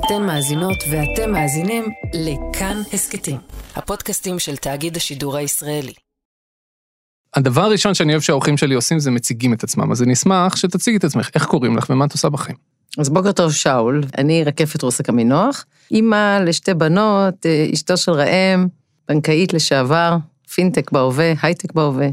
אתן מאזינות ואתם מאזינים לכאן הסקטים, הפודקאסטים של תאגיד השידור הישראלי. הדבר הראשון שאני אוהב שהאורחים שלי עושים זה מציגים את עצמם, אז אני אשמח שתציגי את עצמך, איך קוראים לך ומה את עושה בחיים? אז בוקר טוב שאול, אני רקפת רוסק המינוח, אמא לשתי בנות, אשתו של ראם, בנקאית לשעבר, פינטק בהווה, הייטק בהווה.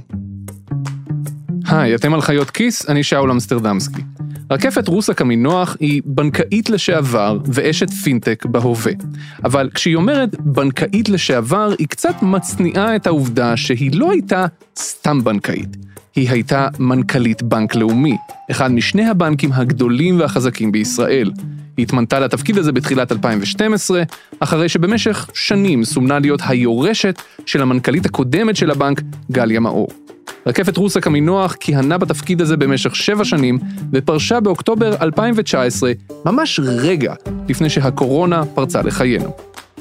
היי, אתם על חיות כיס, אני שאול אמסטרדמסקי. רקפת רוסק המינוח היא בנקאית לשעבר ואשת פינטק בהווה. אבל כשהיא אומרת בנקאית לשעבר, היא קצת מצניעה את העובדה שהיא לא הייתה סתם בנקאית. היא הייתה מנכ"לית בנק לאומי, אחד משני הבנקים הגדולים והחזקים בישראל. היא התמנתה לתפקיד הזה בתחילת 2012, אחרי שבמשך שנים סומנה להיות היורשת של המנכ"לית הקודמת של הבנק, גליה מאור. רקפת רוסק המינוח כיהנה בתפקיד הזה במשך 7 שנים, ופרשה באוקטובר 2019, ממש רגע לפני שהקורונה פרצה לחיינו.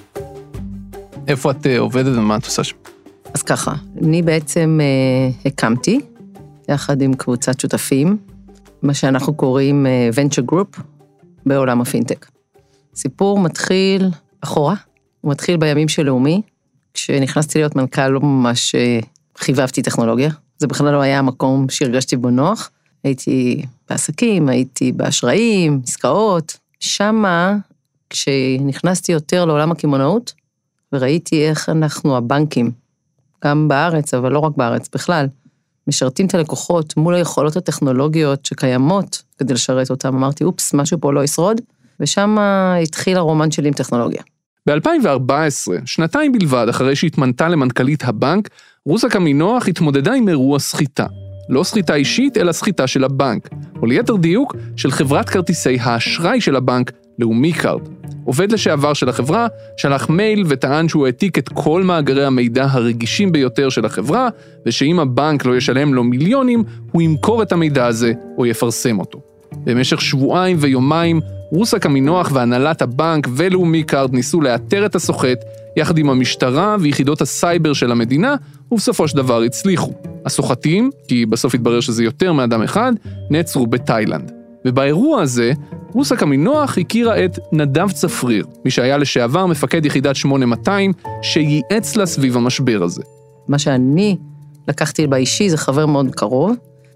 איפה את עובדת ומה את עושה שם? אז ככה, אני בעצם הקמתי, יחד עם קבוצת שותפים, מה שאנחנו קוראים Venture Group, בעולם הפינטק. סיפור מתחיל אחורה, הוא מתחיל בימים של לאומי, כשנכנסתי להיות מנכ"ל לא ממש חיבבתי טכנולוגיה, זה בכלל לא היה המקום שהרגשתי בו נוח, הייתי בעסקים, הייתי באשראים, עסקאות, שמה כשנכנסתי יותר לעולם הכימונאות, וראיתי איך אנחנו הבנקים, גם בארץ, אבל לא רק בארץ, בכלל, משרתים את הלקוחות מול היכולות הטכנולוגיות שקיימות כדי לשרת אותם. אמרתי, אופס, משהו פה לא ישרוד, ושם התחיל הרומן שלי עם טכנולוגיה. ב-2014, שנתיים בלבד אחרי שהתמנתה למנכ"לית הבנק, רוסק המינוח התמודדה עם אירוע סחיטה. לא סחיטה אישית, אלא סחיטה של הבנק, או ליתר דיוק של חברת כרטיסי האשראי של הבנק, לאומי קארד. עובד לשעבר של החברה שלח מייל וטען שהוא העתיק את כל מאגרי המידע הרגישים ביותר של החברה, ושאם הבנק לא ישלם לו מיליונים, הוא ימכור את המידע הזה או יפרסם אותו. במשך שבועיים ויומיים, רוסק המינוח והנהלת הבנק ולאומי קארד ניסו לאתר את הסוחט, יחד עם המשטרה ויחידות הסייבר של המדינה, ובסופו של דבר הצליחו. הסוחטים, כי בסוף התברר שזה יותר מאדם אחד, נעצרו בתאילנד. ובאירוע הזה, רוסק המינוח הכירה את נדב צפריר, מי שהיה לשעבר מפקד יחידת 8200, שייעץ לה סביב המשבר הזה. מה שאני לקחתי באישי זה חבר מאוד קרוב,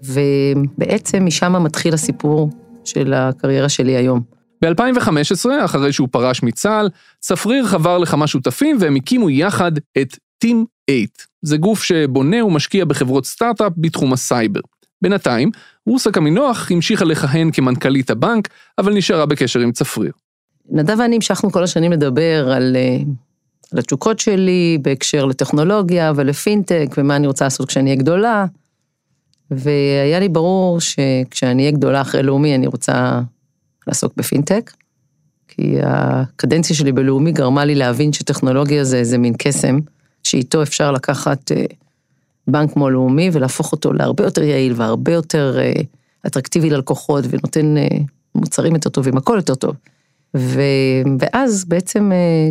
ובעצם משם מתחיל הסיפור של הקריירה שלי היום. ב-2015, אחרי שהוא פרש מצה"ל, צפריר חבר לכמה שותפים והם הקימו יחד את Team 8. זה גוף שבונה ומשקיע בחברות סטארט-אפ בתחום הסייבר. בינתיים, רוסק המינוח המשיכה לכהן כמנכ"לית הבנק, אבל נשארה בקשר עם צפריר. נדב ואני המשכנו כל השנים לדבר על התשוקות שלי, בהקשר לטכנולוגיה ולפינטק, ומה אני רוצה לעשות כשאני אהיה גדולה, והיה לי ברור שכשאני אהיה גדולה אחרי לאומי, אני רוצה לעסוק בפינטק, כי הקדנציה שלי בלאומי גרמה לי להבין שטכנולוגיה זה איזה מין קסם, שאיתו אפשר לקחת בנק כמו לאומי, ולהפוך אותו להרבה יותר יעיל, והרבה יותר אטרקטיבי ללקוחות, ונותן מוצרים יותר טובים, הכל יותר טוב. ואז בעצם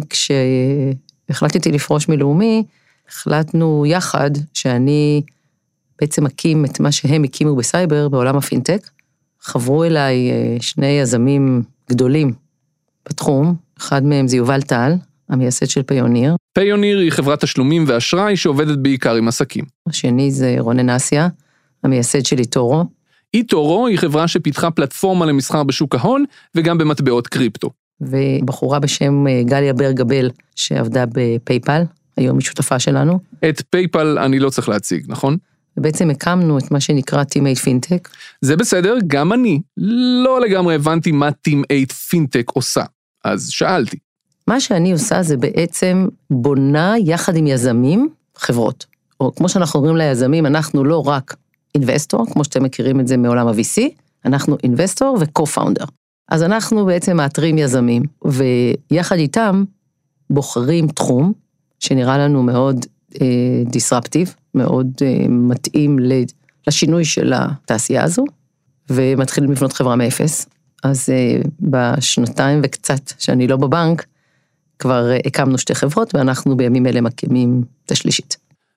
כשהחלטתי לפרוש מלאומי, החלטנו יחד שאני בעצם אקים את מה שהם הקימו בסייבר, בעולם הפינטק. חברו אליי 2 יזמים גדולים בתחום, אחד מהם זה יובל טל, המייסד של פיוניר. פיוניר היא חברת תשלומים ואשראי שעובדת בעיקר עם עסקים. השני זה רונן אסיה, המייסד של איטורו. איטורו היא חברה שפיתחה פלטפורמה למסחר בשוק ההון וגם במטבעות קריפטו. ובחורה בשם גליה ברגבל שעבדה בפייפל, היום היא שותפה שלנו. את פייפל אני לא צריך להציג, נכון? ובעצם הקמנו את מה שנקרא Team 8 פינטק. זה בסדר, גם אני לא לגמרי הבנתי מה Team 8 פינטק עושה, אז שאלתי. מה שאני עושה זה בעצם בונה יחד עם יזמים חברות, או כמו שאנחנו אומרים ליזמים, אנחנו לא רק אינבסטור, כמו שאתם מכירים את זה מעולם ה-VC, אנחנו אינבסטור ו-co-founder. אז אנחנו בעצם מאתרים יזמים, ויחד איתם בוחרים תחום, שנראה לנו מאוד דיסרפטיב, מאוד מתאים לשינוי של התעשייה הזו, ומתחילים לבנות חברה מאפס. אז בשנתיים וקצת שאני לא בבנק, כבר הקמנו 2 חברות, ואנחנו בימים אלה מקימים את השלישית.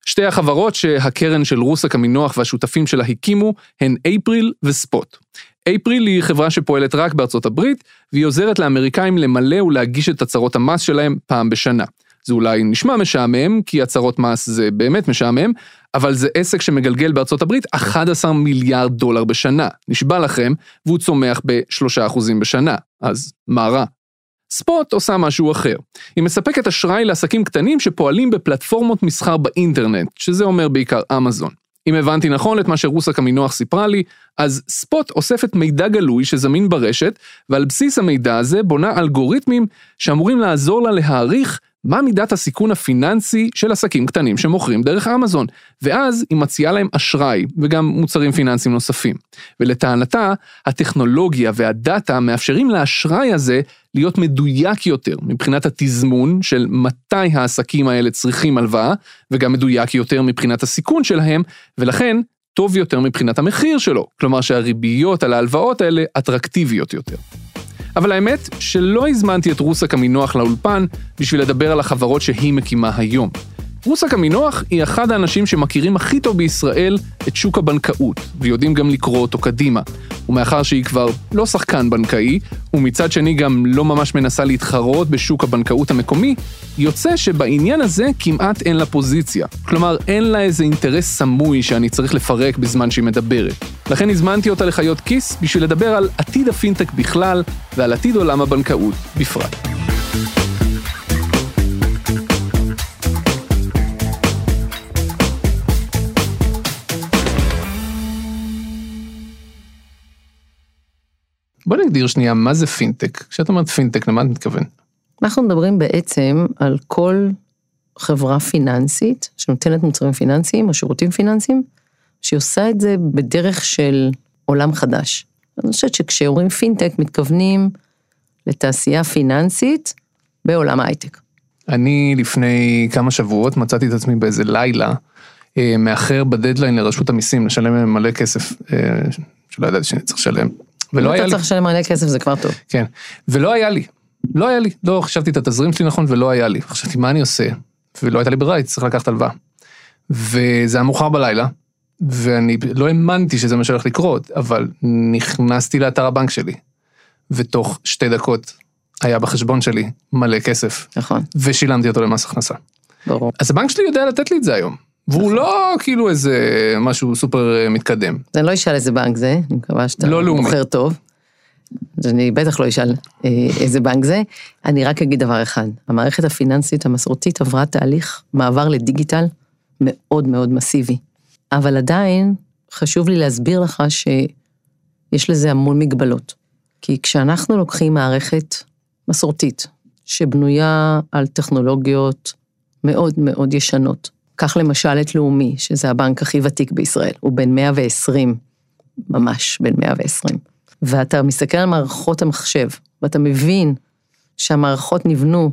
שתי החברות שהקרן של רוסק עמינוח והשותפים שלה הקימו הן אפריל וספוט. אפריל היא חברה שפועלת רק בארצות הברית, והיא עוזרת לאמריקאים למלא ולהגיש את הצהרות המס שלהם פעם בשנה. זה אולי נשמע משעמם, כי הצהרות מס זה באמת משעמם, אבל זה עסק שמגלגל בארצות הברית 11 מיליארד דולר בשנה. נשבע לכם, והוא צומח ב3% בשנה. אז מה רע? ספוט עושה משהו אחר. היא מספקת אשראי לעסקים קטנים שפועלים בפלטפורמות מסחר באינטרנט, שזה אומר בעיקר אמזון. אם הבנתי נכון את מה שרוסק עמינוח סיפרה לי, אז ספוט אוספת מידע גלוי שזמין ברשת, ועל בסיס המידע הזה בונה אלגוריתמים שאמורים לעזור לה להעריך מה מידת הסיכון הפיננסי של עסקים קטנים שמוכרים דרך אמזון, ואז היא מציעה להם אשראי וגם מוצרים פיננסיים נוספים. ולטענתה, הטכנולוגיה והדאטה מאפשרים לאשראי הזה להיות מדויק יותר מבחינת התזמון של מתי העסקים האלה צריכים הלוואה, וגם מדויק יותר מבחינת הסיכון שלהם, ולכן טוב יותר מבחינת המחיר שלו, כלומר שהריביות על ההלוואות האלה אטרקטיביות יותר. אבל האמת שלא הזמנתי את רוסק עמינוח לאולפן בשביל לדבר על החברות שהיא מקימה היום. רוסק עמינוח היא אחד האנשים שמכירים הכי טוב בישראל את שוק הבנקאות, ויודעים גם לקרוא אותו קדימה. ומאחר שהיא כבר לא שחקן בנקאי, ומצד שני גם לא ממש מנסה להתחרות בשוק הבנקאות המקומי, יוצא שבעניין הזה כמעט אין לה פוזיציה. כלומר, אין לה איזה אינטרס סמוי שאני צריך לפרק בזמן שהיא מדברת. לכן הזמנתי אותה לחיות כיס בשביל לדבר על עתיד הפינטק בכלל, ועל עתיד עולם הבנקאות בפרט. בוא נגדיר שנייה, מה זה פינטק? כשאת אומרת פינטק, למה את מתכוון? אנחנו מדברים בעצם על כל חברה פיננסית, שנותנת מוצרים פיננסיים או שירותים פיננסיים, שהיא עושה את זה בדרך של עולם חדש. אני חושבת שכשאומרים פינטק, מתכוונים לתעשייה פיננסית בעולם ההייטק. אני לפני כמה שבועות מצאתי את עצמי באיזה לילה, מאחר בדדליין לרשות המיסים, לשלם מלא כסף, שלא ידעתי שאני צריך לשלם. ולא היה לי. אתה צריך לשלם מלא כסף, זה כבר טוב. כן, ולא היה לי. לא היה לי. לא חשבתי את התזרים שלי נכון, ולא היה לי. חשבתי, מה אני עושה? ולא הייתה לי ברירה, צריך לקחת הלוואה. וזה היה מאוחר בלילה, ואני לא האמנתי שזה מה שהולך לקרות, אבל נכנסתי לאתר הבנק שלי, ותוך 2 דקות היה בחשבון שלי מלא כסף. נכון. ושילמתי אותו למס הכנסה. ברור. אז הבנק שלי יודע לתת לי את זה היום. והוא לא כאילו איזה משהו סופר מתקדם. אני לא אשאל איזה בנק זה, אני מקווה שאתה בוחר טוב. אני בטח לא אשאל איזה בנק זה. אני רק אגיד דבר אחד, המערכת הפיננסית המסורתית עברה תהליך מעבר לדיגיטל מאוד מאוד מסיבי. אבל עדיין חשוב לי להסביר לך שיש לזה המון מגבלות. כי כשאנחנו לוקחים מערכת מסורתית, שבנויה על טכנולוגיות מאוד מאוד ישנות, כך למשל את לאומי, שזה הבנק הכי ותיק בישראל, הוא בין 120, ממש בין 120. ואתה מסתכל על מערכות המחשב, ואתה מבין שהמערכות נבנו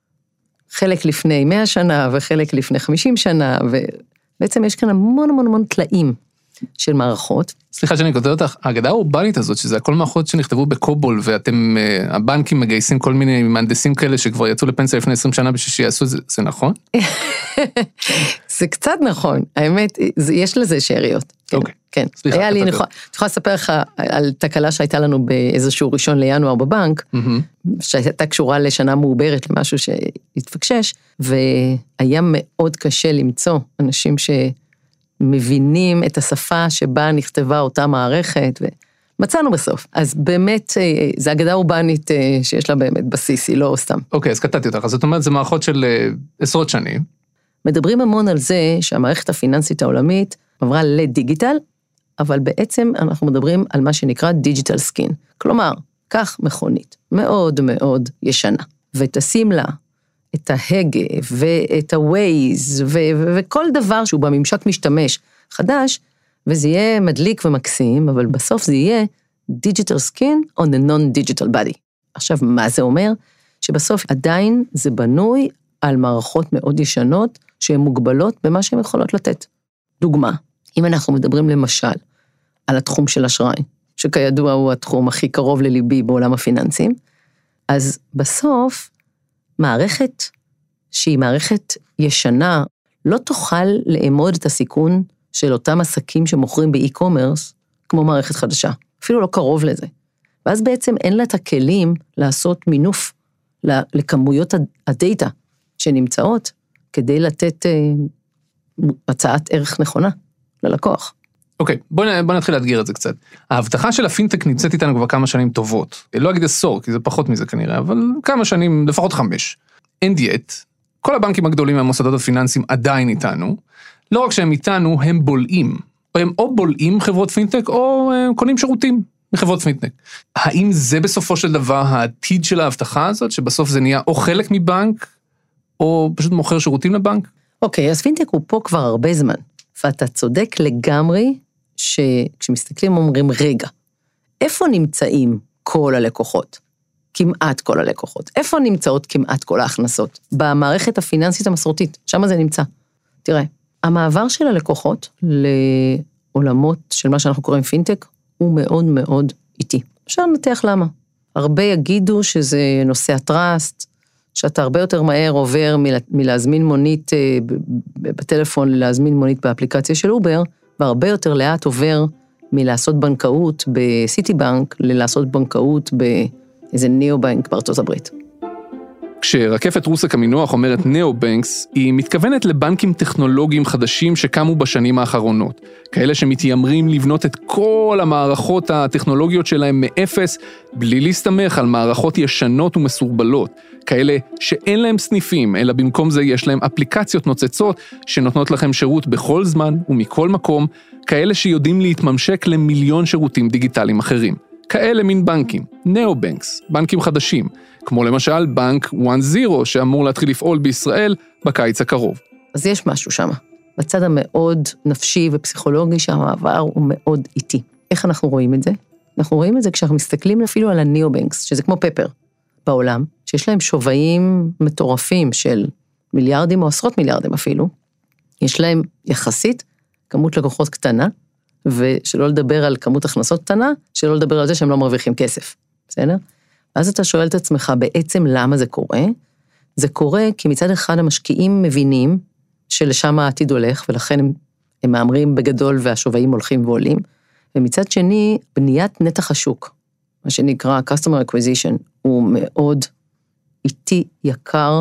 חלק לפני 100 שנה, וחלק לפני 50 שנה, ובעצם יש כאן המון המון המון תלאים של מערכות. סליחה שאני כותב אותך, האגדה האורבנית הזאת, שזה הכל מערכות שנכתבו בקובול, ואתם, הבנקים מגייסים כל מיני מהנדסים כאלה, שכבר יצאו לפנסיה לפני 20 שנה, בשביל שיעשו את זה, זה נכון? זה קצת נכון, האמת, יש לזה שאריות. אוקיי. כן, היה לי, אני יכולה לספר לך על תקלה שהייתה לנו באיזשהו 1 לינואר בבנק, שהייתה קשורה לשנה מעוברת, למשהו שהתפקשש, והיה מאוד קשה למצוא אנשים שמבינים את השפה שבה נכתבה אותה מערכת, ומצאנו בסוף. אז באמת, זו אגדה אורבנית שיש לה באמת בסיס, היא לא סתם. אוקיי, אז קטעתי אותך, אז זאת אומרת, זה מערכות של עשרות שנים. מדברים המון על זה שהמערכת הפיננסית העולמית עברה לדיגיטל, אבל בעצם אנחנו מדברים על מה שנקרא דיג'יטל סקין. כלומר, כך מכונית, מאוד מאוד ישנה, ותשים לה את ההגה ואת הווייז וכל דבר שהוא בממשק משתמש חדש, וזה יהיה מדליק ומקסים, אבל בסוף זה יהיה דיג'יטל סקין on a non-digital body. עכשיו, מה זה אומר? שבסוף עדיין זה בנוי על מערכות מאוד ישנות, שהן מוגבלות במה שהן יכולות לתת. דוגמה, אם אנחנו מדברים למשל על התחום של אשראי, שכידוע הוא התחום הכי קרוב לליבי בעולם הפיננסים, אז בסוף מערכת שהיא מערכת ישנה, לא תוכל לאמוד את הסיכון של אותם עסקים שמוכרים באי-קומרס, כמו מערכת חדשה, אפילו לא קרוב לזה. ואז בעצם אין לה את הכלים לעשות מינוף לכמויות הדאטה שנמצאות, כדי לתת הצעת ערך נכונה ללקוח. אוקיי, בוא נתחיל להדגיר את זה קצת. ההבטחה של הפינטק נמצאת איתנו כבר כמה שנים טובות. לא אגיד עשור, כי זה פחות מזה כנראה, אבל כמה שנים, לפחות 5. אין דיאט. כל הבנקים הגדולים מהמוסדות הפיננסיים עדיין איתנו. לא רק שהם איתנו, הם בולעים. הם או בולעים חברות פינטק, או קונים שירותים מחברות פינטק. האם זה בסופו של דבר העתיד של ההבטחה הזאת, שבסוף זה נהיה או חלק מבנק, או פשוט מוכר שירותים לבנק? אוקיי, אז פינטק הוא פה כבר הרבה זמן. ואתה צודק לגמרי שכשמסתכלים אומרים, רגע, איפה נמצאים כל הלקוחות? כמעט כל הלקוחות. איפה נמצאות כמעט כל ההכנסות? במערכת הפיננסית המסורתית, שם זה נמצא. תראה, המעבר של הלקוחות לעולמות של מה שאנחנו קוראים פינטק, הוא מאוד מאוד איטי. אפשר לנתח למה. הרבה יגידו שזה נושא הטראסט, שאתה הרבה יותר מהר עובר מלהזמין מונית בטלפון ללהזמין מונית באפליקציה של אובר, והרבה יותר לאט עובר מלעשות בנקאות בסיטי בנק, ללעשות בנקאות באיזה ניאו-בנק בארצות הברית. כשרקפת רוסק המינוח אומרת ניאו-בנקס, היא מתכוונת לבנקים טכנולוגיים חדשים שקמו בשנים האחרונות. כאלה שמתיימרים לבנות את כל המערכות הטכנולוגיות שלהם מאפס, בלי להסתמך על מערכות ישנות ומסורבלות. כאלה שאין להם סניפים, אלא במקום זה יש להם אפליקציות נוצצות שנותנות לכם שירות בכל זמן ומכל מקום, כאלה שיודעים להתממשק למיליון שירותים דיגיטליים אחרים. כאלה מין בנקים, ניאו-בנקס, בנקים חדשים, כמו למשל בנק 1-0 שאמור להתחיל לפעול בישראל בקיץ הקרוב. אז יש משהו שם, בצד המאוד נפשי ופסיכולוגי שהמעבר הוא מאוד איטי. איך אנחנו רואים את זה? אנחנו רואים את זה כשאנחנו מסתכלים אפילו על הניאו-בנקס, שזה כמו פפר בעולם, שיש להם שוויים מטורפים של מיליארדים או עשרות מיליארדים אפילו, יש להם יחסית כמות לקוחות קטנה, ושלא לדבר על כמות הכנסות קטנה, שלא לדבר על זה שהם לא מרוויחים כסף, בסדר? אז אתה שואל את עצמך בעצם למה זה קורה? זה קורה כי מצד אחד המשקיעים מבינים שלשם העתיד הולך, ולכן הם מאמרים בגדול והשווים הולכים ועולים, ומצד שני, בניית נתח השוק, מה שנקרא Customer Acquisition, הוא מאוד איטי, יקר,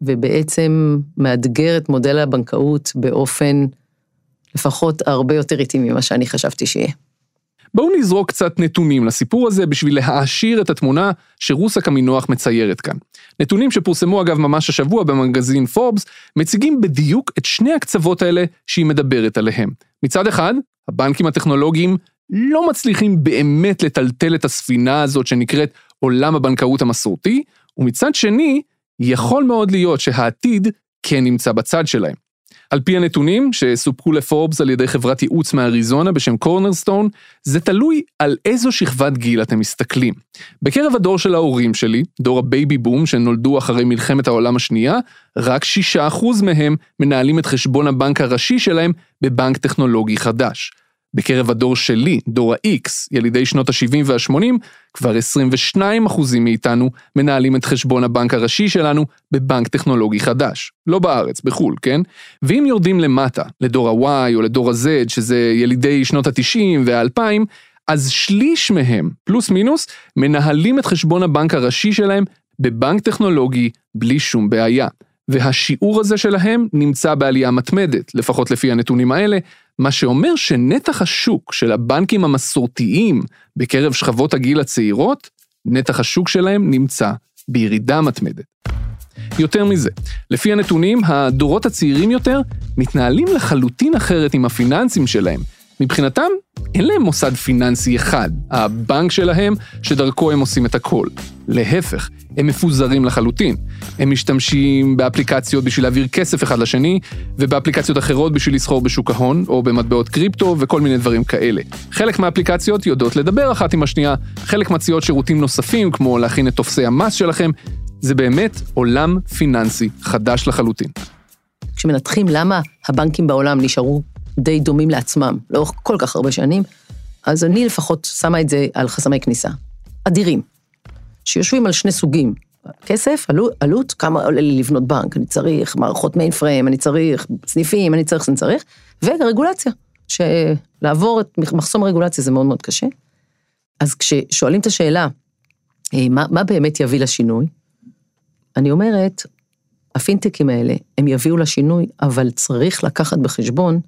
ובעצם מאתגר את מודל הבנקאות באופן לפחות הרבה יותר איטי ממה שאני חשבתי שיהיה. בואו נזרוק קצת נתונים לסיפור הזה בשביל להעשיר את התמונה שרוסק המינוח מציירת כאן. נתונים שפורסמו אגב ממש השבוע במגזין פורבס, מציגים בדיוק את שני הקצוות האלה שהיא מדברת עליהם. מצד אחד, הבנקים הטכנולוגיים לא מצליחים באמת לטלטל את הספינה הזאת שנקראת עולם הבנקאות המסורתי, ומצד שני, יכול מאוד להיות שהעתיד כן נמצא בצד שלהם. על פי הנתונים שסופקו לפורבס על ידי חברת ייעוץ מאריזונה בשם קורנרסטון, זה תלוי על איזו שכבת גיל אתם מסתכלים. בקרב הדור של ההורים שלי, דור הבייבי בום שנולדו אחרי מלחמת העולם השנייה, רק 6% מהם מנהלים את חשבון הבנק הראשי שלהם בבנק טכנולוגי חדש. בקרב הדור שלי, דור ה-X, ילידי שנות ה-70 וה-80, כבר 22% מאיתנו מנהלים את חשבון הבנק הראשי שלנו בבנק טכנולוגי חדש. לא בארץ, בחול, כן? ואם יורדים למטה, לדור ה-Y או לדור ה-Z, שזה ילידי שנות ה-90 וה-2000, אז שליש מהם, פלוס מינוס, מנהלים את חשבון הבנק הראשי שלהם בבנק טכנולוגי בלי שום בעיה. והשיעור הזה שלהם נמצא בעלייה מתמדת, לפחות לפי הנתונים האלה, מה שאומר שנתח השוק של הבנקים המסורתיים בקרב שכבות הגיל הצעירות, נתח השוק שלהם נמצא בירידה מתמדת. יותר מזה, לפי הנתונים, הדורות הצעירים יותר מתנהלים לחלוטין אחרת עם הפיננסים שלהם. מבחינתם, אין להם מוסד פיננסי אחד, הבנק שלהם שדרכו הם עושים את הכל. להפך, הם מפוזרים לחלוטין. הם משתמשים באפליקציות בשביל להעביר כסף אחד לשני, ובאפליקציות אחרות בשביל לסחור בשוק ההון, או במטבעות קריפטו וכל מיני דברים כאלה. חלק מהאפליקציות יודעות לדבר אחת עם השנייה, חלק מציעות שירותים נוספים, כמו להכין את תופסי המס שלכם. זה באמת עולם פיננסי חדש לחלוטין. כשמנתחים למה הבנקים בעולם נשארו די דומים לעצמם, לאורך כל כך הרבה שנים, אז אני לפחות שמה את זה על חסמי כניסה. אדירים, שיושבים על שני סוגים כסף, עלות, כמה עולה לי לבנות בנק, אני צריך מערכות מיין פריים, אני צריך סניפים, אני צריך, ורגולציה, שלעבור את מחסום הרגולציה זה מאוד מאוד קשה. אז כששואלים את השאלה, מה באמת יביא לשינוי? אני אומרת, הפינטקים האלה, הם יביאו לשינוי, אבל צריך לקחת בחשבון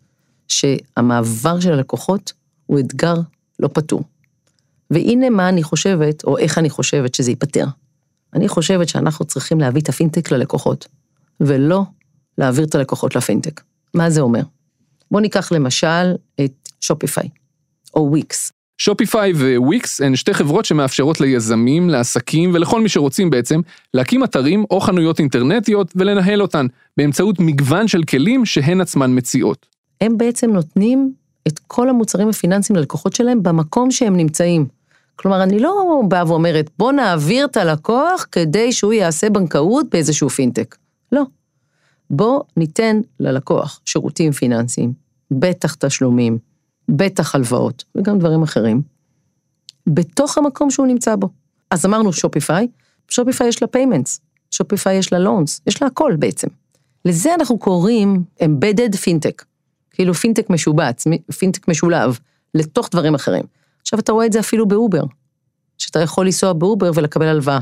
שהמעבר של הלקוחות הוא אתגר לא פתור. והנה מה אני חושבת, או איך אני חושבת שזה ייפטר. אני חושבת שאנחנו צריכים להביא את הפינטק ללקוחות, ולא להעביר את הלקוחות לפינטק. מה זה אומר? בוא ניקח למשל את שופיפיי, או וויקס. שופיפיי וויקס הן שתי חברות שמאפשרות ליזמים, לעסקים ולכל מי שרוצים בעצם להקים אתרים או חנויות אינטרנטיות ולנהל אותן באמצעות מגוון של כלים שהן עצמן מציעות. הם בעצם נותנים את כל המוצרים הפיננסיים ללקוחות שלהם במקום שהם נמצאים. כלומר, אני לא באה ואומרת, בוא נעביר את הלקוח כדי שהוא יעשה בנקאות באיזשהו פינטק. לא. בוא ניתן ללקוח שירותים פיננסיים, בטח תשלומים, בטח הלוואות, וגם דברים אחרים, בתוך המקום שהוא נמצא בו. אז אמרנו שופיפיי, שופיפיי יש לה payments, שופיפיי יש לה loans, יש לה הכל בעצם. לזה אנחנו קוראים embedded fintech, כאילו פינטק משובץ, פינטק משולב, לתוך דברים אחרים. עכשיו אתה רואה את זה אפילו באובר, שאתה יכול לנסוע באובר ולקבל הלוואה.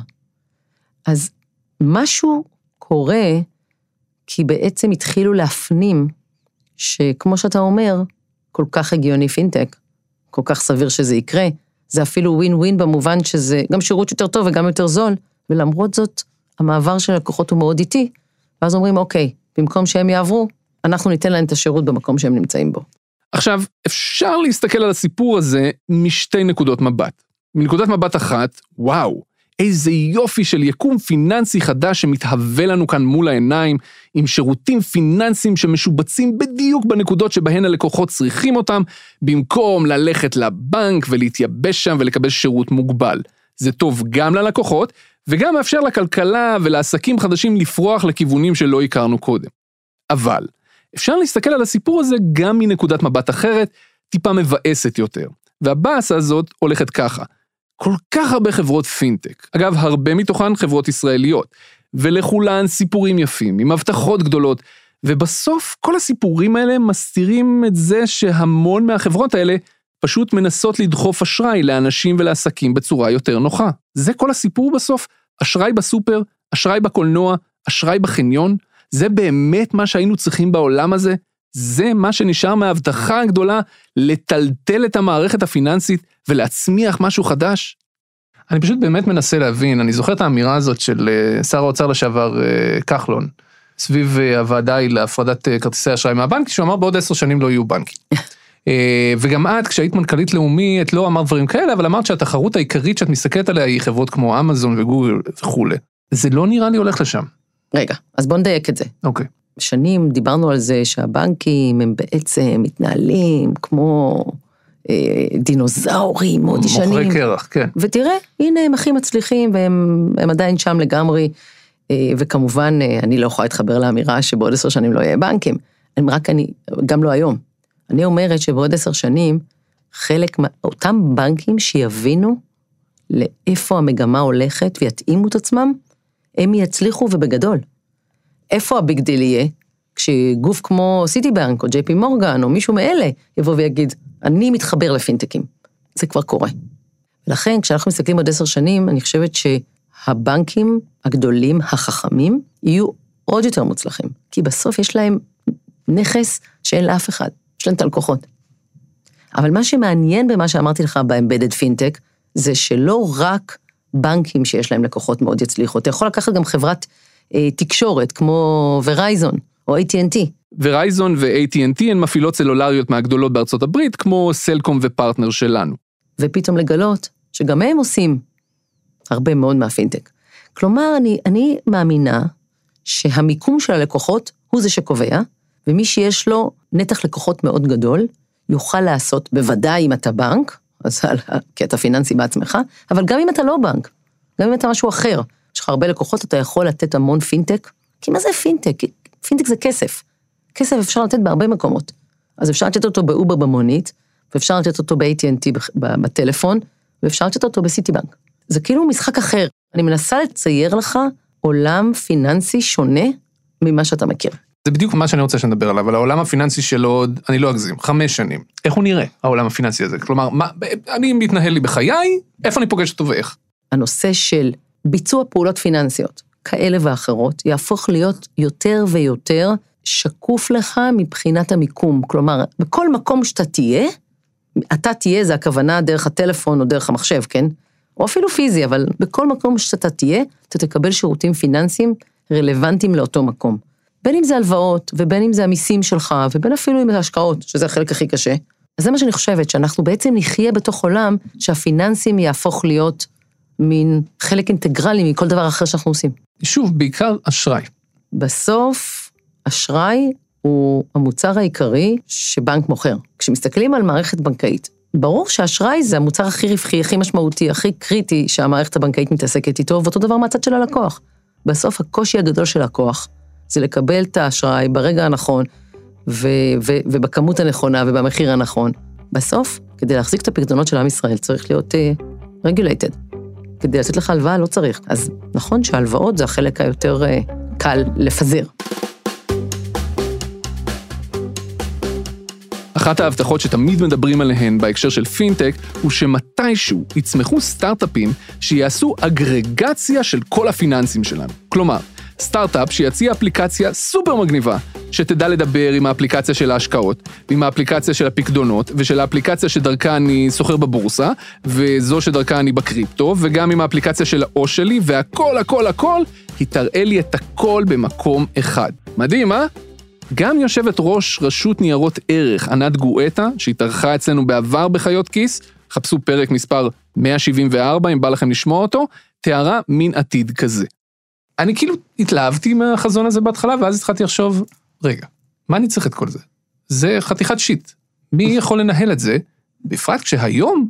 אז משהו קורה, כי בעצם התחילו להפנים, שכמו שאתה אומר, כל כך הגיוני פינטק, כל כך סביר שזה יקרה, זה אפילו ווין ווין במובן שזה גם שירות יותר טוב וגם יותר זול, ולמרות זאת, המעבר של הלקוחות הוא מאוד איטי, ואז אומרים, אוקיי, במקום שהם יעברו, אנחנו ניתן להם את השירות במקום שהם נמצאים בו. עכשיו, אפשר להסתכל על הסיפור הזה משתי נקודות מבט. מנקודת מבט אחת, וואו, איזה יופי של יקום פיננסי חדש שמתהווה לנו כאן מול העיניים, עם שירותים פיננסיים שמשובצים בדיוק בנקודות שבהן הלקוחות צריכים אותם, במקום ללכת לבנק ולהתייבש שם ולקבל שירות מוגבל. זה טוב גם ללקוחות, וגם מאפשר לכלכלה ולעסקים חדשים לפרוח לכיוונים שלא הכרנו קודם. אבל אפשר להסתכל על הסיפור הזה גם מנקודת מבט אחרת, טיפה מבאסת יותר. והבאסה הזאת הולכת ככה. כל כך הרבה חברות פינטק, אגב, הרבה מתוכן חברות ישראליות, ולכולן סיפורים יפים, עם הבטחות גדולות, ובסוף כל הסיפורים האלה מסתירים את זה שהמון מהחברות האלה פשוט מנסות לדחוף אשראי לאנשים ולעסקים בצורה יותר נוחה. זה כל הסיפור בסוף, אשראי בסופר, אשראי בקולנוע, אשראי בחניון, זה באמת מה שהיינו צריכים בעולם הזה, זה מה שנשאר מההבטחה הגדולה לטלטל את המערכת הפיננסית ולהצמיח משהו חדש. אני פשוט באמת מנסה להבין, אני זוכר את האמירה הזאת של שר האוצר לשעבר כחלון, סביב הוועדה היא להפרדת כרטיסי אשראי מהבנק, שהוא אמר בעוד 10 שנים לא יהיו בנקים. וגם את, כשהיית מנכ"לית לאומי, את לא אמרת דברים כאלה, אבל אמרת שהתחרות העיקרית שאת מסתכלת עליה היא חברות כמו אמזון וגוגל וכו'. זה לא נראה לי הולך לשם. רגע, אז בוא נדייק את זה. אוקיי. שנים דיברנו על זה שהבנקים הם בעצם מתנהלים כמו דינוזאורים מאוד ישנים. מוכרי קרח, כן. ותראה, הנה הם הכי מצליחים והם עדיין שם לגמרי, וכמובן אני לא יכולה להתחבר לאמירה שבעוד 10 שנים לא יהיה בנקים, גם לא היום. אני אומרת שבעוד 10 שנים, חלק מאותם בנקים שיבינו לאיפה המגמה הולכת ויתאימו את עצמם, הם יצליחו ובגדול. איפה הביג דיל יהיה? כשגוף כמו סיטי בנק או ג'יי פי מורגן או מישהו מאלה יבוא ויגיד, אני מתחבר לפינטקים. זה כבר קורה. ולכן כשאנחנו מסתכלים עוד 10 שנים, אני חושבת שהבנקים הגדולים, החכמים, יהיו עוד יותר מוצלחים. כי בסוף יש להם נכס שאין לאף אחד. יש להם את הלקוחות. אבל מה שמעניין במה שאמרתי לך באמבדד פינטק, זה שלא רק בנקים שיש להם לקוחות מאוד יצליחו. אתה יכול לקחת גם חברת תקשורת, כמו ורייזון, או AT&T. ורייזון ו-AT&T הן מפעילות סלולריות מהגדולות בארצות הברית, כמו סלקום ופרטנר שלנו. ופתאום לגלות שגם הם עושים הרבה מאוד מהפינטק. כלומר, אני מאמינה שהמיקום של הלקוחות הוא זה שקובע, ומי שיש לו נתח לקוחות מאוד גדול, יוכל לעשות, בוודאי אם אתה בנק, אז כי אתה פיננסי בעצמך, אבל גם אם אתה לא בנק, גם אם אתה משהו אחר, יש לך הרבה לקוחות, אתה יכול לתת המון פינטק, כי מה זה פינטק? פינטק זה כסף. כסף אפשר לתת בהרבה מקומות. אז אפשר לתת אותו באובר במונית, ואפשר לתת אותו ב-AT&T בטלפון, ואפשר לתת אותו בסיטי בנק. זה כאילו משחק אחר. אני מנסה לצייר לך עולם פיננסי שונה ממה שאתה מכיר. זה בדיוק מה שאני רוצה שנדבר עליו, על העולם הפיננסי שלו, אני לא אגזים, 5 שנים. איך הוא נראה, העולם הפיננסי הזה? כלומר, אני מתנהל לי בחיי, איפה אני פוגש אותו ואיך? הנושא של ביצוע פעולות פיננסיות, כאלה ואחרות, יהפוך להיות יותר ויותר שקוף לך מבחינת המיקום. כלומר, בכל מקום שאתה תהיה, אתה תהיה, זה הכוונה דרך הטלפון או דרך המחשב, כן? או אפילו פיזי, אבל בכל מקום שאתה תהיה, אתה תקבל שירותים פיננסיים רלוונטיים לאותו מקום. בין אם זה הלוואות, ובין אם זה המיסים שלך, ובין אפילו אם זה השקעות, שזה החלק הכי קשה. אז זה מה שאני חושבת, שאנחנו בעצם נחיה בתוך עולם, שהפיננסים יהפוך להיות מין חלק אינטגרלי מכל דבר אחר שאנחנו עושים. שוב, בעיקר אשראי. בסוף, אשראי הוא המוצר העיקרי שבנק מוכר. כשמסתכלים על מערכת בנקאית, ברור שהאשראי זה המוצר הכי רווחי, הכי משמעותי, הכי קריטי שהמערכת הבנקאית מתעסקת איתו, ואותו דבר מהצד של הלקוח. בסוף הקושי הגדול של לקוח, זה לקבל את האשראי ברגע הנכון, ובכמות הנכונה ובמחיר הנכון. בסוף, כדי להחזיק את הפקדונות של עם ישראל, צריך להיות regulated. כדי לתת לך הלוואה לא צריך. אז נכון שההלוואות זה החלק היותר קל לפזר. אחת ההבטחות שתמיד מדברים עליהן בהקשר של פינטק, הוא שמתישהו יצמחו סטארט-אפים שיעשו אגרגציה של כל הפיננסים שלנו. כלומר, סטארט-אפ שיציע אפליקציה סופר מגניבה, שתדע לדבר עם האפליקציה של ההשקעות, עם האפליקציה של הפקדונות, ושל האפליקציה שדרכה אני סוחר בבורסה, וזו שדרכה אני בקריפטו, וגם עם האפליקציה של העו"ש שלי, והכל, הכל, הכל, היא תראה לי את הכל במקום אחד. מדהים, אה? גם יושבת ראש רשות ניירות ערך, ענת גואטה, שהתארחה אצלנו בעבר בחיות כיס, חפשו פרק מספר 174, אם בא לכם לשמוע אותו, תיארה מין עתיד כזה. אני כאילו התלהבתי מהחזון הזה בהתחלה, ואז התחלתי לחשוב, רגע, מה אני צריך את כל זה? זה חתיכת שיט. מי יכול לנהל את זה? בפרט כשהיום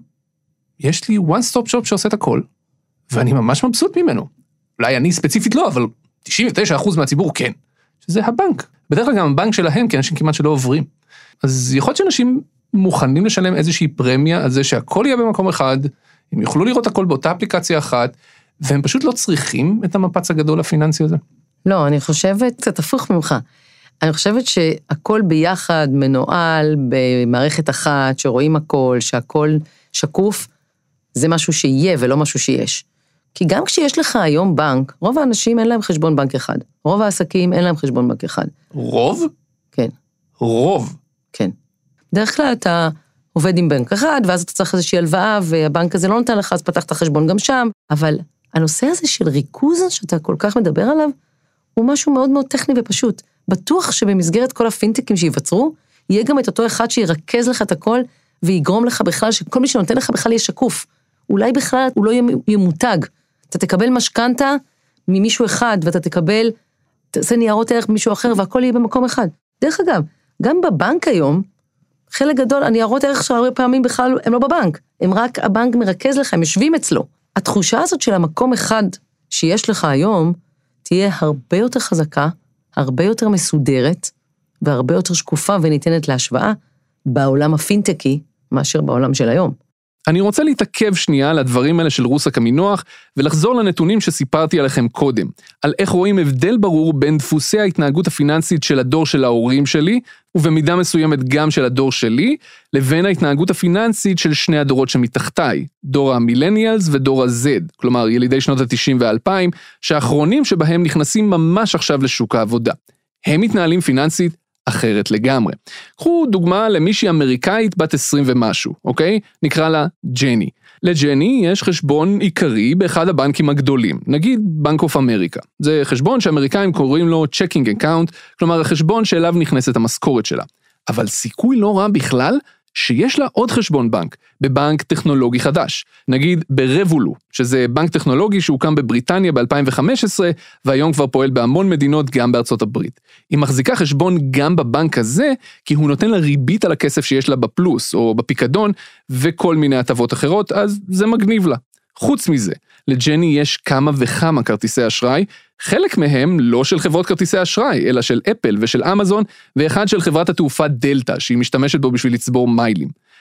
יש לי one stop shop שעושה את הכל, ואני ממש מבסוט ממנו. אולי אני ספציפית לא, אבל 99% מהציבור כן. שזה הבנק. בדרך כלל גם הבנק שלהם, כי אנשים כמעט שלא עוברים. אז יכול להיות שאנשים מוכנים לשלם איזושהי פרמיה על זה שהכל יהיה במקום אחד, הם יוכלו לראות הכל באותה אפליקציה אחת, והם פשוט לא צריכים את המפץ הגדול הפיננסי הזה. לא, אני חושבת, קצת הפוך ממך. אני חושבת שהכל ביחד מנוהל במערכת אחת, שרואים הכל, שהכל שקוף, זה משהו שיהיה ולא משהו שיש. כי גם כשיש לך היום בנק, רוב האנשים אין להם חשבון בנק אחד. רוב העסקים אין להם חשבון בנק אחד. רוב? כן. רוב? כן. דרך כלל אתה עובד עם בנק אחד, ואז אתה צריך איזושהי הלוואה, והבנק הזה לא נותן לך, אז פתח את החשבון גם שם. אבל הנושא הזה של ריכוז, שאתה כל כך מדבר עליו, הוא משהו מאוד מאוד טכני ופשוט. בטוח שבמסגרת כל הפינטקים שיווצרו, יהיה גם את אותו אחד שירכז לך את הכל, ויגרום לך בכלל, שכל מי שנותן לך בכלל יהיה שקוף. אולי בכלל הוא לא יהיה מותג. אתה תקבל משכנתה ממישהו אחד, ואתה תקבל, תעשה ניירות ערך ממישהו אחר, והכל יהיה במקום אחד. דרך אגב, גם בבנק היום, חלק גדול, הניירות ערך של הרבה פעמים בכלל הם לא בבנק, הם רק הבנק מרכז לך, הם יושבים אצלו. התחושה הזאת של המקום אחד שיש לך היום, תהיה הרבה יותר חזקה, הרבה יותר מסודרת, והרבה יותר שקופה וניתנת להשוואה, בעולם הפינטקי, מאשר בעולם של היום. אני רוצה להתעכב שנייה על הדברים האלה של רוסק עמינוח, ולחזור לנתונים שסיפרתי עליכם קודם, על איך רואים הבדל ברור בין דפוסי ההתנהגות הפיננסית של הדור של ההורים שלי, ובמידה מסוימת גם של הדור שלי, לבין ההתנהגות הפיננסית של שני הדורות שמתחתיי, דור המילניאלס ודור ה-Z, כלומר ילידי שנות ה-90 וה-2000, שהאחרונים שבהם נכנסים ממש עכשיו לשוק העבודה. הם מתנהלים פיננסית אחרת לגמרי. קחו דוגמה למישהי אמריקאית בת 20 ומשהו, אוקיי? נקרא לה ג'ני. לג'ני יש חשבון עיקרי באחד הבנקים הגדולים, נגיד בנק אוף אמריקה. זה חשבון שאמריקאים קוראים לו צ'קינג אקאונט, כלומר החשבון שאליו נכנסת המשכורת שלה. אבל סיכוי לא רע בכלל שיש לה עוד חשבון בנק, בבנק טכנולוגי חדש. נגיד ברבולו, שזה בנק טכנולוגי שהוקם בבריטניה ב-2015, והיום כבר פועל בהמון מדינות גם בארצות הברית. היא מחזיקה חשבון גם בבנק הזה, כי הוא נותן לה ריבית על הכסף שיש לה בפלוס או בפיקדון, וכל מיני הטבות אחרות, אז זה מגניב לה. חוץ מזה, לג'ני יש כמה וכמה כרטיסי אשראי, חלק מהם לא של חברות כרטיסי אשראי, אלא של אפל ושל אמזון, ואחד של חברת התעופה דלטה, שהיא משתמשת בו בשביל לצבור מיילים.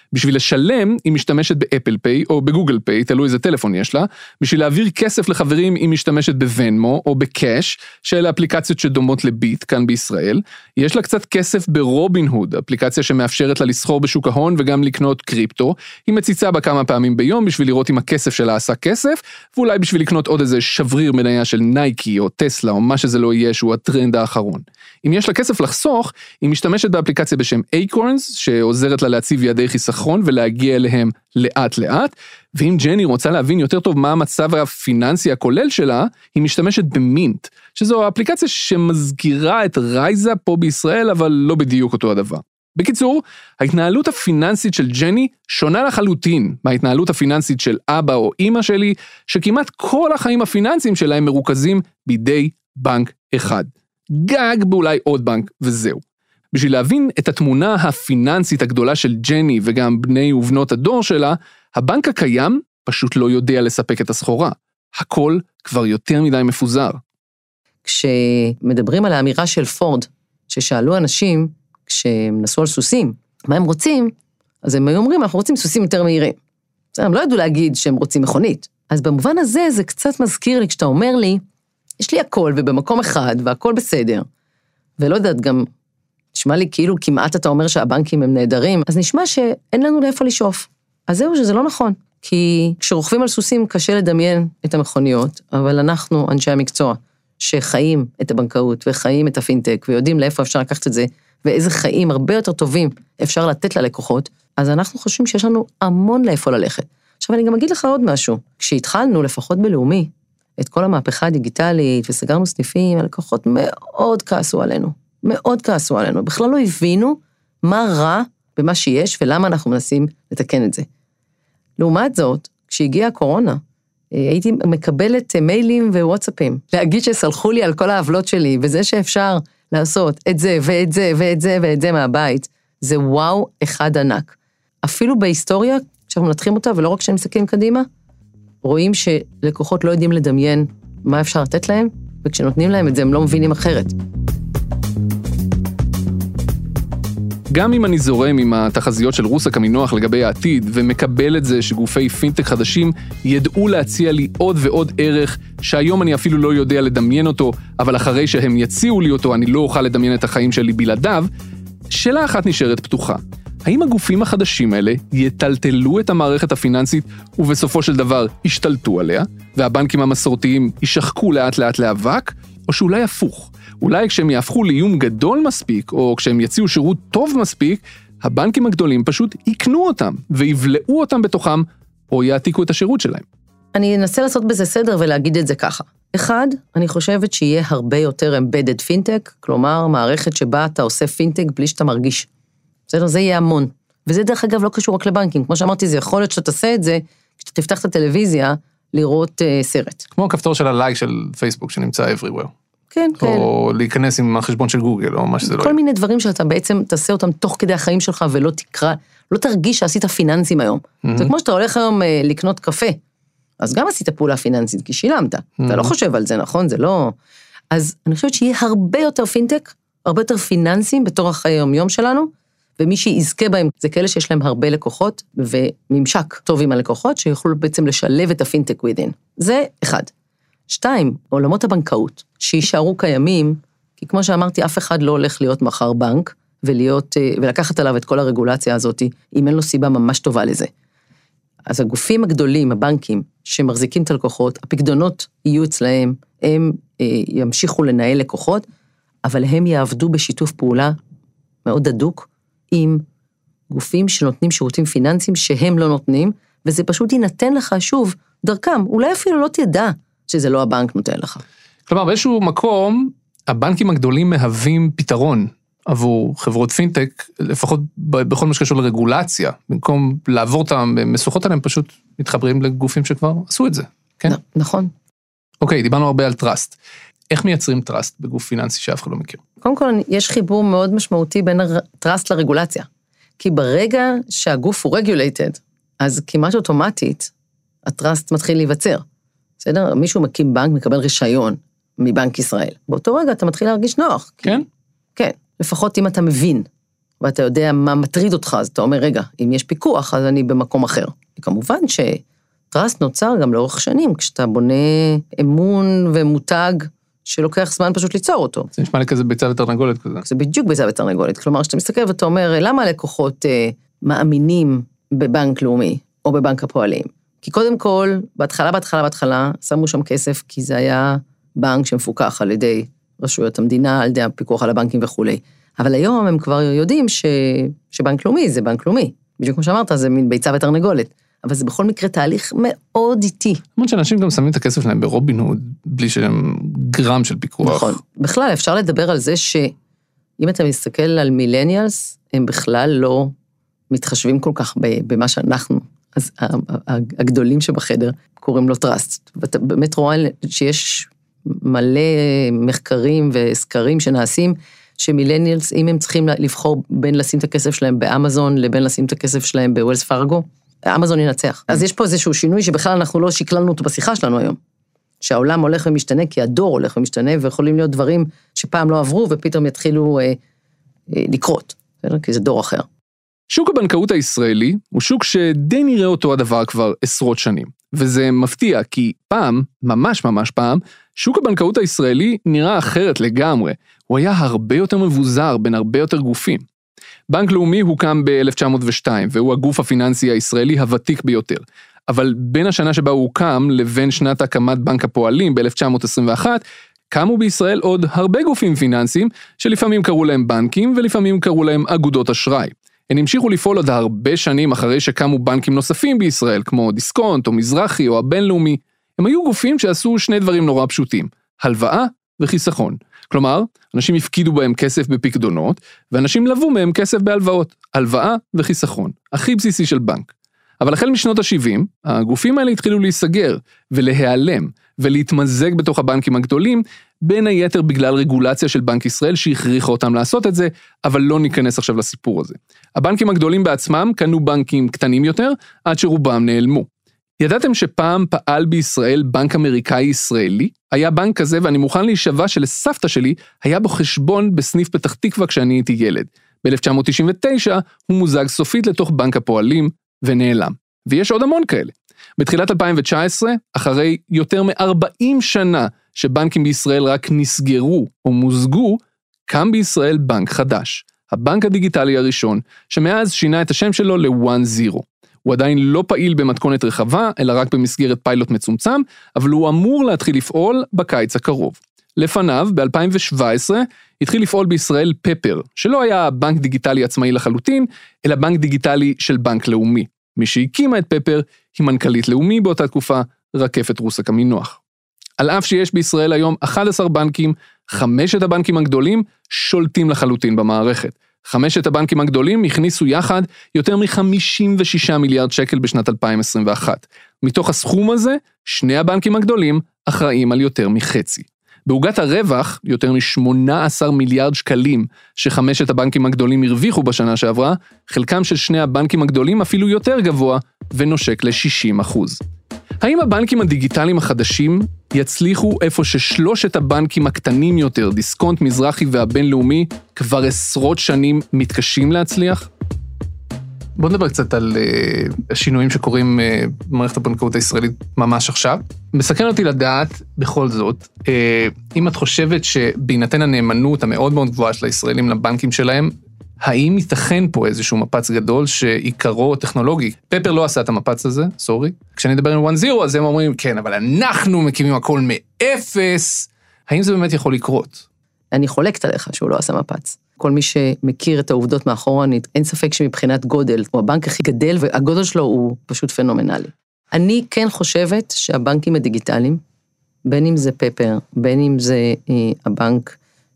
בשביל לשלם, היא משתמשת באפל פיי או בגוגל פיי, תלוי איזה טלפון יש לה. בשביל להעביר כסף לחברים, היא משתמשת בוונמו או בקאש, שאלה אפליקציות שדומות לביט כאן בישראל. יש לה קצת כסף ברובין הוד, אפליקציה שמאפשרת לה לסחור בשוק ההון וגם לקנות קריפטו. היא מציצה בה כמה פעמים ביום בשביל לראות אם הכסף שלה עשה כסף, ואולי בשביל לקנות עוד איזה שבריר מניה של נייקי או טסלה או מה שזה לא יהיה שהוא הטרנד האחרון. אם יש לה כסף לחסוך, היא משתמשת באפליקציה בשם אייקורנס, שעוזרת לה להציב יעדי חיסכון ולהגיע אליהם לאט לאט, ואם ג'ני רוצה להבין יותר טוב מה המצב הפיננסי הכולל שלה, היא משתמשת במינט, שזו האפליקציה שמזכירה את רייזה פה בישראל, אבל לא בדיוק אותו הדבר. בקיצור, ההתנהלות הפיננסית של ג'ני שונה לחלוטין מההתנהלות הפיננסית של אבא או אמא שלי, שכמעט כל החיים הפיננסיים שלהם מרוכזים בידי בנק אחד. גג באולי עוד בנק וזהו. בשביל להבין את התמונה הפיננסית הגדולה של ג'ני וגם בני ובנות הדור שלה, הבנק הקיים פשוט לא יודע לספק את הסחורה. הכל כבר יותר מדי מפוזר. כשמדברים על האמירה של פורד, ששאלו אנשים כשהם נסעו על סוסים, מה הם רוצים? אז הם היו אומרים, אנחנו רוצים סוסים יותר מהירים. הם לא ידעו להגיד שהם רוצים מכונית. אז במובן הזה זה קצת מזכיר לי, כשאתה אומר לי, יש לי הכל ובמקום אחד והכל בסדר, ולא יודעת גם, נשמע לי כאילו כמעט אתה אומר שהבנקים הם נהדרים, אז נשמע שאין לנו לאיפה לשאוף. אז זהו שזה לא נכון, כי כשרוכבים על סוסים קשה לדמיין את המכוניות, אבל אנחנו אנשי המקצוע שחיים את הבנקאות וחיים את הפינטק ויודעים לאיפה אפשר לקחת את זה, ואיזה חיים הרבה יותר טובים אפשר לתת ללקוחות, אז אנחנו חושבים שיש לנו המון לאיפה ללכת. עכשיו אני גם אגיד לך עוד משהו, כשהתחלנו לפחות בלאומי, את כל המהפכה הדיגיטלית וסגרנו סניפים, הלקוחות מאוד כעסו עלינו, מאוד כעסו עלינו, בכלל לא הבינו מה רע במה שיש ולמה אנחנו מנסים לתקן את זה. לעומת זאת, כשהגיעה הקורונה, הייתי מקבלת מיילים ווואטסאפים, להגיד שסלחו לי על כל העוולות שלי, וזה שאפשר לעשות את זה ואת זה ואת זה ואת זה מהבית, זה וואו אחד ענק. אפילו בהיסטוריה, כשאנחנו מנתחים אותה, ולא רק כשהם מסתכלים קדימה, רואים שלקוחות לא יודעים לדמיין מה אפשר לתת להם, וכשנותנים להם את זה הם לא מבינים אחרת. גם אם אני זורם עם התחזיות של רוסק המינוח לגבי העתיד, ומקבל את זה שגופי פינטק חדשים ידעו להציע לי עוד ועוד ערך, שהיום אני אפילו לא יודע לדמיין אותו, אבל אחרי שהם יציעו לי אותו אני לא אוכל לדמיין את החיים שלי בלעדיו, שאלה אחת נשארת פתוחה. האם הגופים החדשים האלה יטלטלו את המערכת הפיננסית ובסופו של דבר ישתלטו עליה, והבנקים המסורתיים ישחקו לאט לאט לאבק, או שאולי הפוך? אולי כשהם יהפכו לאיום גדול מספיק, או כשהם יציעו שירות טוב מספיק, הבנקים הגדולים פשוט יקנו אותם, ויבלעו אותם בתוכם, או יעתיקו את השירות שלהם. אני אנסה לעשות בזה סדר ולהגיד את זה ככה. אחד, אני חושבת שיהיה הרבה יותר embedded פינטק, כלומר, מערכת שבה אתה עושה פינטק בלי שאתה מרגיש. בסדר, זה יהיה המון. וזה דרך אגב לא קשור רק לבנקים. כמו שאמרתי, זה יכול להיות שאתה תעשה את זה, כשאתה תפתח את הטלוויזיה, לראות סרט. כמו הכפתור של הלייק של פייסבוק שנמצא everywhere. כן, כן. או להיכנס עם החשבון של גוגל, או מה שזה לא. כל מיני דברים שאתה בעצם תעשה אותם תוך כדי החיים שלך, ולא תקרא, לא תרגיש שעשית פיננסים היום. זה כמו שאתה הולך היום לקנות קפה, אז גם עשית פעולה פיננסית, כי שילמת. אתה לא חושב על זה, נכון? זה לא... אז אני חושבת שיהיה הרבה יותר פינטק, הרבה יותר פיננסים בתור החיי היום שלנו, ומי שיזכה בהם זה כאלה שיש להם הרבה לקוחות, וממשק טוב עם הלקוחות, שיוכלו בעצם לשלב את הפינטק within. זה אחד. 2, עולמות הבנקאות, שישארו קיימים, כי כמו שאמרתי, אף אחד לא הולך להיות מחר בנק, ולקחת עליו את כל הרגולציה הזאת, אם אין לו סיבה ממש טובה לזה. אז הגופים הגדולים, הבנקים, שמחזיקים את הלקוחות, הפקדונות יהיו אצלהם, הם ימשיכו לנהל לקוחות, אבל הם יעבדו בשיתוף פעולה מאוד הדוק, עם גופים שנותנים שירותים פיננסיים שהם לא נותנים, וזה פשוט ייתן לך שוב דרכם, אולי אפילו לא תדע שזה לא הבנק נותן לך. כלומר, באיזשהו מקום, הבנקים הגדולים מהווים פתרון עבור חברות פינטק, לפחות בכל מה שקשור לרגולציה, במקום לעבור אותם משוכות עליהם, פשוט מתחברים לגופים שכבר עשו את זה, כן? נכון. אוקיי, דיברנו הרבה על טראסט. איך מייצרים טראסט בגוף פיננסי שאף אחד לא מכיר? קודם כל, יש חיבור מאוד משמעותי בין הטראסט לרגולציה. כי ברגע שהגוף הוא regulated, אז כמעט אוטומטית, הטראסט מתחיל להיווצר. בסדר? מישהו מקים בנק, מקבל רישיון מבנק ישראל. באותו רגע אתה מתחיל להרגיש נוח. כן? כן. לפחות אם אתה מבין, ואתה יודע מה מטריד אותך, אז אתה אומר, רגע, אם יש פיקוח, אז אני במקום אחר. וכמובן שטראסט נוצר גם לאורך שנים, כשאתה בונה אמון ומותג, שלוקח זמן פשוט ליצור אותו. זה נשמע לי כזה ביצה ותרנגולת כזה. זה בדיוק ביצה ותרנגולת. כלומר, כשאתה מסתכל ואתה אומר, למה הלקוחות מאמינים בבנק לאומי, או בבנק הפועלים? כי קודם כל, בהתחלה, שמו שם כסף, כי זה היה בנק שמפוקח על ידי רשויות המדינה, על ידי הפיקוח על הבנקים וכו'. אבל היום הם כבר יודעים שבנק לאומי זה בנק לאומי. בדיוק כמו שאמרת, זה מין ביצה ותרנגולת. אבל זה בכל מקרה תהליך מאוד איטי. המון שאנשים גם שמים את הכסף שלהם ברובין הוד, בלי שהם גרם של פיקוח. נכון. בכלל, אפשר לדבר על זה שאם אתה מסתכל על מילניאלס, הם בכלל לא מתחשבים כל כך במה שאנחנו, אז הגדולים שבחדר קוראים לו טראסט. ואתה באמת רואה שיש מלא מחקרים וסקרים שנעשים, שמילניאלס, אם הם צריכים לבחור בין לשים את הכסף שלהם באמזון, לבין לשים את הכסף שלהם בווילס פארגו, אמזון ינצח. אז יש פה איזשהו שינוי שבכלל אנחנו לא שקללנו אותו בשיחה שלנו היום. שהעולם הולך ומשתנה, כי הדור הולך ומשתנה, ויכולים להיות דברים שפעם לא עברו, ופתאום יתחילו לקרות, כי זה דור אחר. שוק הבנקאות הישראלי הוא שוק שדי נראה אותו הדבר כבר עשרות שנים. וזה מפתיע, כי פעם, ממש פעם, שוק הבנקאות הישראלי נראה אחרת לגמרי. הוא היה הרבה יותר מבוזר בין הרבה יותר גופים. בנק לאומי הוקם ב-1902, והוא הגוף הפיננסי הישראלי הוותיק ביותר. אבל בין השנה שבה הוא הוקם לבין שנת הקמת בנק הפועלים ב-1921, קמו בישראל עוד הרבה גופים פיננסיים, שלפעמים קראו להם בנקים, ולפעמים קראו להם אגודות אשראי. הם המשיכו לפעול עוד הרבה שנים אחרי שקמו בנקים נוספים בישראל, כמו דיסקונט או מזרחי או הבינלאומי. הם היו גופים שעשו שני דברים נורא פשוטים, הלוואה וחיסכון. כלומר, אנשים הפקידו בהם כסף בפקדונות, ואנשים לבו מהם כסף בהלוואות, הלוואה וחיסכון, הכי בסיסי של בנק. אבל החל משנות ה-70, הגופים האלה התחילו להיסגר ולהיעלם, ולהתמזג בתוך הבנקים הגדולים, בין היתר בגלל רגולציה של בנק ישראל שהכריחה אותם לעשות את זה, אבל לא ניכנס עכשיו לסיפור הזה. הבנקים הגדולים בעצמם קנו בנקים קטנים יותר, עד שרובם נעלמו. ידעתם שפעם פעל בישראל בנק אמריקאי ישראלי? היה בנק כזה ואני מוכן להישבע שלסבתא שלי היה בו חשבון בסניף פתח תקווה כשאני הייתי ילד. ב-1999 הוא מוזג סופית לתוך בנק הפועלים ונעלם. ויש עוד המון כאלה. בתחילת 2019, אחרי יותר מ-40 שנה שבנקים בישראל רק נסגרו או מוזגו, קם בישראל בנק חדש. הבנק הדיגיטלי הראשון, שמאז שינה את השם שלו ל-OneZero. הוא עדיין לא פעיל במתכונת רחבה, אלא רק במסגרת פיילוט מצומצם, אבל הוא אמור להתחיל לפעול בקיץ הקרוב. לפניו, ב-2017, התחיל לפעול בישראל פפר, שלא היה בנק דיגיטלי עצמאי לחלוטין, אלא בנק דיגיטלי של בנק לאומי. מי שהקימה את פפר היא מנכ"לית לאומי באותה תקופה, רקפת רוסק עמינוח. על אף שיש בישראל היום 11 בנקים, 5 הבנקים הגדולים שולטים לחלוטין במערכת. 5 הבנקים הגדולים הכניסו יחד יותר מ-56 מיליארד שקל בשנת 2021. מתוך הסכום הזה, 2 הבנקים הגדולים אחראים על יותר מחצי. בעוגת הרווח, יותר מ-18 מיליארד שקלים ש5 הבנקים הגדולים הרוויחו בשנה שעברה, חלקם של 2 הבנקים הגדולים אפילו יותר גבוה ונושק ל-60%. האם הבנקים הדיגיטליים החדשים יצליחו איפה ששלושת הבנקים הקטנים יותר, דיסקונט, מזרחי והבינלאומי, כבר עשרות שנים מתקשים להצליח? בוא נדבר קצת על השינויים שקורים במערכת הבנקאות הישראלית ממש עכשיו. מסקרן אותי לדעת, בכל זאת, אם את חושבת שבהינתן הנאמנות המאוד מאוד גבוהה של הישראלים לבנקים שלהם, האם ייתכן פה איזשהו מפץ גדול שעיקרו טכנולוגי? פפר לא עשה את המפץ הזה, סורי. כשאני אדבר עם OneZero, אז הם אומרים, כן, אבל אנחנו מקימים הכל מאפס. האם זה באמת יכול לקרות? אני חולקת עליך שהוא לא עשה מפץ. כל מי שמכיר את העובדות מאחורנית, אין ספק שמבחינת גודל, הוא הבנק הכי גדל, והגודל שלו הוא פשוט פנומנלי. אני כן חושבת שהבנקים הדיגיטליים, בין אם זה פפר, בין אם זה הבנק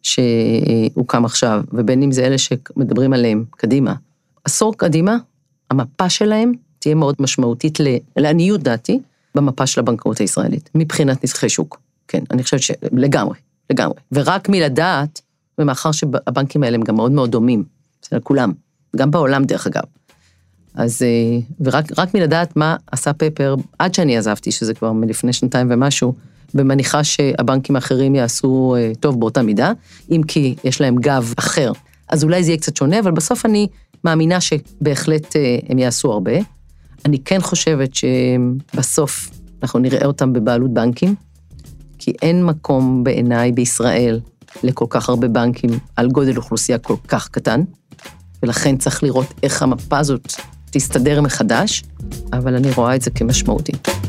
שהוקם עכשיו, ובין אם זה אלה שמדברים עליהם קדימה, עשור קדימה, המפה שלהם תהיה מאוד משמעותית לעניות דעתי, במפה של הבנקאות הישראלית, מבחינת נתחי שוק. כן, אני חושבת שלגמרי, לגמרי. ורק מלדעת, ומאחר שהבנקים האלה הם גם מאוד מאוד דומים, זה לכולם, גם בעולם דרך אגב. אז, ורק מלדעת מה עשה פפר, עד שאני עזבתי, שזה כבר מלפני שנתיים ומשהו, ומניחה שהבנקים האחרים יעשו טוב באותה מידה, אם כי יש להם גב אחר. אז אולי זה יהיה קצת שונה, אבל בסוף אני מאמינה שבהחלט הם יעשו הרבה. אני כן חושבת שבסוף אנחנו נראה אותם בבעלות בנקים, כי אין מקום בעיניי בישראל לכל כך הרבה בנקים על גודל אוכלוסייה כל כך קטן, ולכן צריך לראות איך המפה הזאת תסתדר מחדש, אבל אני רואה את זה כמשמעותי.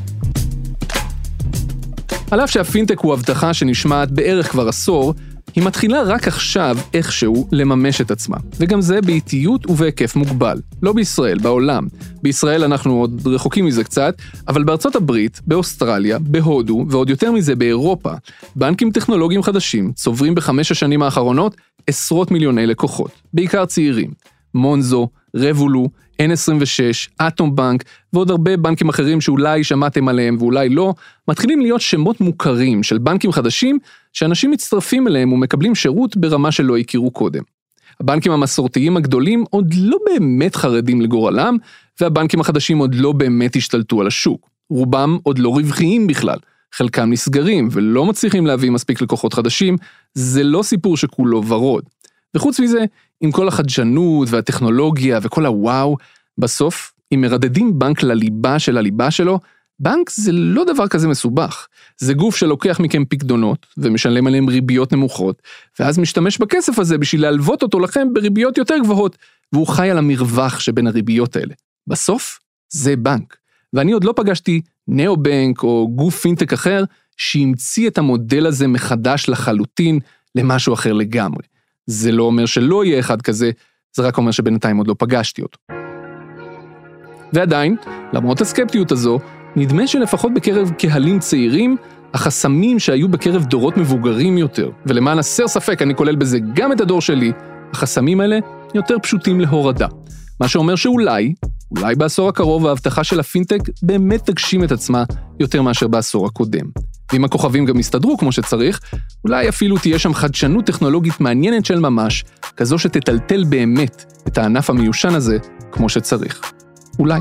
על אף שהפינטק הוא הבטחה שנשמעת בערך כבר עשור, היא מתחילה רק עכשיו איכשהו לממש את עצמה. וגם זה באיטיות ובהיקף מוגבל. לא בישראל, בעולם. בישראל אנחנו עוד רחוקים מזה קצת, אבל בארצות הברית, באוסטרליה, בהודו, ועוד יותר מזה באירופה, בנקים טכנולוגיים חדשים צוברים ב5 השנים האחרונות עשרות מיליוני לקוחות, בעיקר צעירים. מונזו, רבולו, N26, אטום בנק ועוד הרבה בנקים אחרים שאולי שמעתם עליהם ואולי לא, מתחילים להיות שמות מוכרים של בנקים חדשים שאנשים מצטרפים אליהם ומקבלים שירות ברמה שלא הכירו קודם. הבנקים המסורתיים הגדולים עוד לא באמת חרדים לגורלם, והבנקים החדשים עוד לא באמת השתלטו על השוק. רובם עוד לא רווחיים בכלל, חלקם נסגרים ולא מצליחים להביא מספיק לקוחות חדשים, זה לא סיפור שכולו ורוד. וחוץ מזה, עם כל החדשנות והטכנולוגיה וכל הוואו, בסוף, אם מרדדים בנק לליבה של הליבה שלו, בנק זה לא דבר כזה מסובך. זה גוף שלוקח מכם פקדונות, ומשלם עליהם ריביות נמוכות, ואז משתמש בכסף הזה בשביל להלוות אותו לכם בריביות יותר גבוהות, והוא חי על המרווח שבין הריביות האלה. בסוף, זה בנק. ואני עוד לא פגשתי נאו-בנק או גוף פינטק אחר, שהמציא את המודל הזה מחדש לחלוטין למשהו אחר לגמרי. זה לא אומר שלא יהיה אחד כזה, זה רק אומר שבינתיים עוד לא פגשתי אותו. ועדיין, למרות הסקפטיות הזו, נדמה שלפחות בקרב קהלים צעירים, החסמים שהיו בקרב דורות מבוגרים יותר, ולמען הסר ספק אני כולל בזה גם את הדור שלי, החסמים האלה יותר פשוטים להורדה. מה שאומר שאולי בעשור הקרוב ההבטחה של הפינטק באמת תגשים את עצמה יותר מאשר בעשור הקודם. ואם הכוכבים גם יסתדרו כמו שצריך, אולי אפילו תהיה שם חדשנות טכנולוגית מעניינת של ממש, כזו שתטלטל באמת את הענף המיושן הזה כמו שצריך. אולי.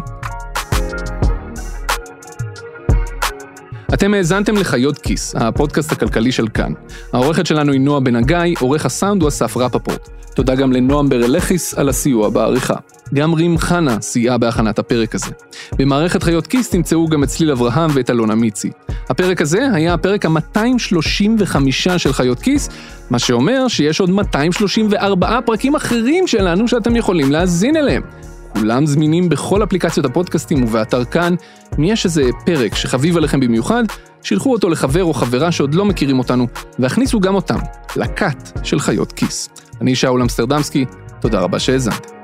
אתם האזנתם לחיות כיס, הפודקאסט הכלכלי של כאן. העורכת שלנו היא נועה בן הגיא, עורך הסאונד הוא אסף רפפורט. תודה גם לנועם ברלכיס על הסיוע בעריכה. גם רים חנה סייעה בהכנת הפרק הזה. במערכת חיות כיס תמצאו גם את צליל אברהם ואת אלונה מיצי. הפרק הזה היה הפרק ה-235 של חיות כיס, מה שאומר שיש עוד 234 פרקים אחרים שלנו שאתם יכולים להאזין אליהם. כולם זמינים בכל אפליקציות הפודקאסטים ובאתר כאן. אם יש איזה פרק שחביב עליכם במיוחד, שילחו אותו לחבר או חברה שעוד לא מכירים אותנו, והכניסו גם אותם לכת של חיות כיס. אני שאול אמסטרדמסקי, תודה רבה שהאזנתם.